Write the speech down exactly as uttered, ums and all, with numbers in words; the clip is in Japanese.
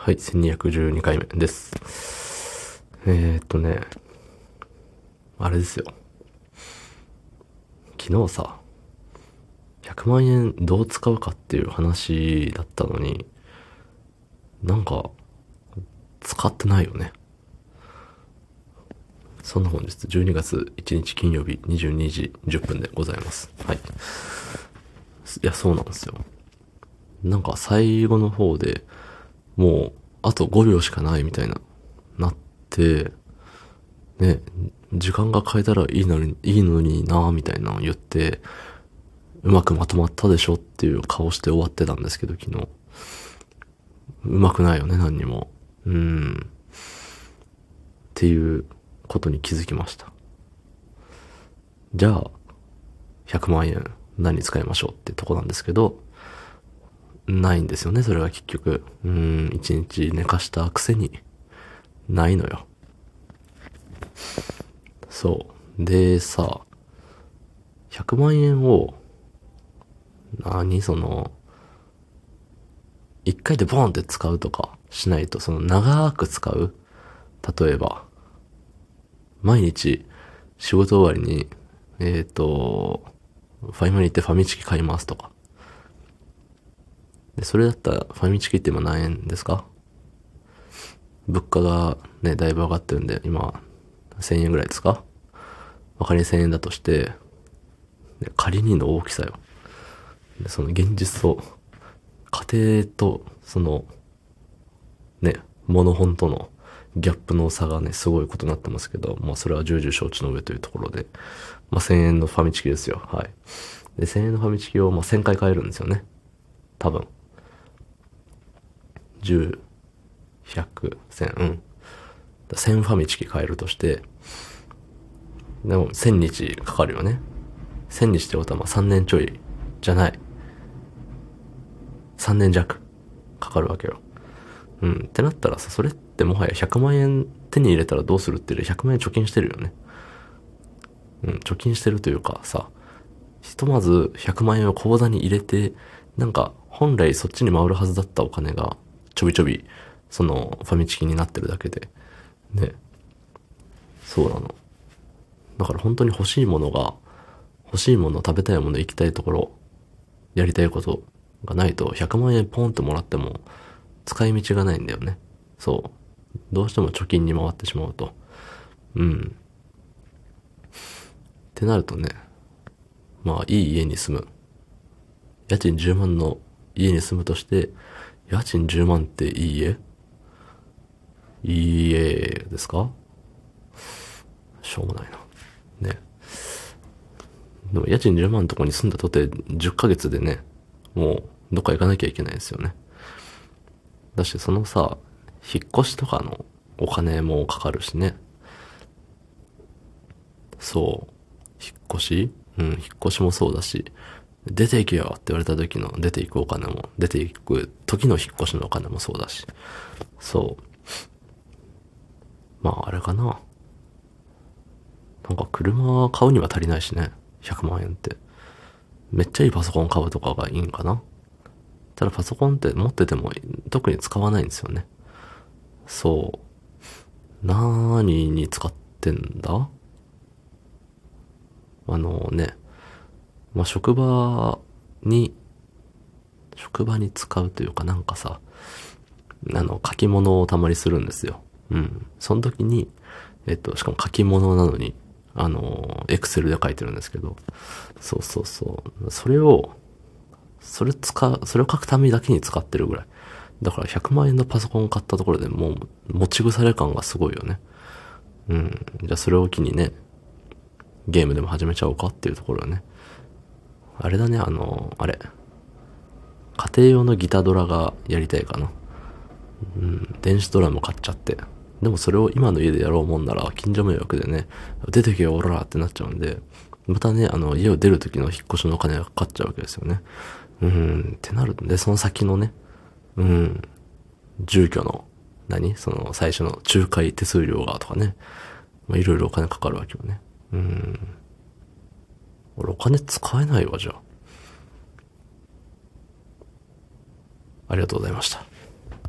はい、せんにひゃくじゅうにかいめです。えーっとね、あれですよ。昨日さ、ひゃくまんえんどう使うかっていう話だったのに、なんか、使ってないよね。そんな本日、じゅうにがついちにち金曜日にじゅうにじじゅっぷんでございます。はい。いや、そうなんですよ。なんか最後の方で、もう、あとごびょうしかないみたいな、なって、ね、時間が変えたらいいのに、いいのになぁみたいなのを言って、うまくまとまったでしょっていう顔して終わってたんですけど、昨日。うまくないよね、何にも。うーん。っていうことに気づきました。じゃあ、ひゃくまんえん何に使いましょうってとこなんですけど、ないんですよね、それが結局。うーん、一日寝かしたくせに、ないのよ。そう。でさ、ひゃくまんえんを、何その、一回でボーンって使うとかしないと、その長く使う。例えば、毎日仕事終わりに、えっ、と、ファイマに行ってファミチキ買いますとか。で、それだったらファミチキって今何円ですか？物価がね、だいぶ上がってるんで、今、せんえんぐらいですか？わかりせんえんだとして、仮にの大きさよ。でその現実と、家庭と、その、ね、モノホンとのギャップの差がね、すごいことになってますけど、まあそれは重々承知の上というところで、まあせんえんのファミチキですよ。はい。で、せんえんのファミチキをまあせんかい買えるんですよね。多分。じゅう、ひゃく、せん、うん。せんファミチキ買えるとして、でもせんにちかかるよね。せんにちってことはまあさんねんちょいじゃない。さんねん弱かかるわけよ。うん。ってなったらさ、それってもはやひゃくまんえん手に入れたらどうするっていうよりひゃくまんえん貯金してるよね。うん、貯金してるというかさ、ひとまずひゃくまんえんを口座に入れて、なんか本来そっちに回るはずだったお金がちょびちょびそのファミチキになってるだけで、ね、そうなの。だから本当に欲しいものが、欲しいもの、食べたいもの、行きたいところ、やりたいことがないとひゃくまんえんポンってもらっても使い道がないんだよね。そう。どうしても貯金に回ってしまうと。うん。ってなるとね、まあいい家に住む。家賃じゅうまんの家に住むとして、家賃じゅうまんっていい家？いい家ですか？しょうもないな。ね。でも家賃じゅうまんのとこに住んだとてじゅっかげつでね、もうどっか行かなきゃいけないですよね。だしそのさ、引っ越しとかのお金もかかるしね。そう。引っ越しうん、引っ越しもそうだし、出て行けよって言われた時の出て行くお金も、出て行く時の引っ越しのお金もそうだし。そう。まああれかな。なんか車買うには足りないしね。ひゃくまんえんって。めっちゃいいパソコン買うとかがいいんかな。ただパソコンって持ってても特に使わないんですよね。そう。何に使ってんだ？あのね、まあ、職場に、職場に使うというかなんかさ、あの、書き物をたまにするんですよ。うん。その時に、えっと、しかも書き物なのに、あの、エクセルで書いてるんですけど、そうそうそう。それを、それ使う、それを書くためだけに使ってるぐらい。だからひゃくまんえんのパソコン買ったところでもう、持ち腐れ感がすごいよね。うん。じゃあそれを機にね、ゲームでも始めちゃおうかっていうところよね。あれだね、あの、あれ。家庭用のギタードラがやりたいかな。うん、電子ドラム買っちゃって。でもそれを今の家でやろうもんなら近所迷惑でね、出てけよ、おららってなっちゃうんで、またね、あの、家を出る時の引っ越しのお金がかかっちゃうわけですよね。うん、ってなるんで、その先のね、うん、住居の、何その最初の仲介手数料がとかね、まあ、いろいろお金かかるわけよね。うん。俺お金使えないわ、じゃあ。ありがとうございました。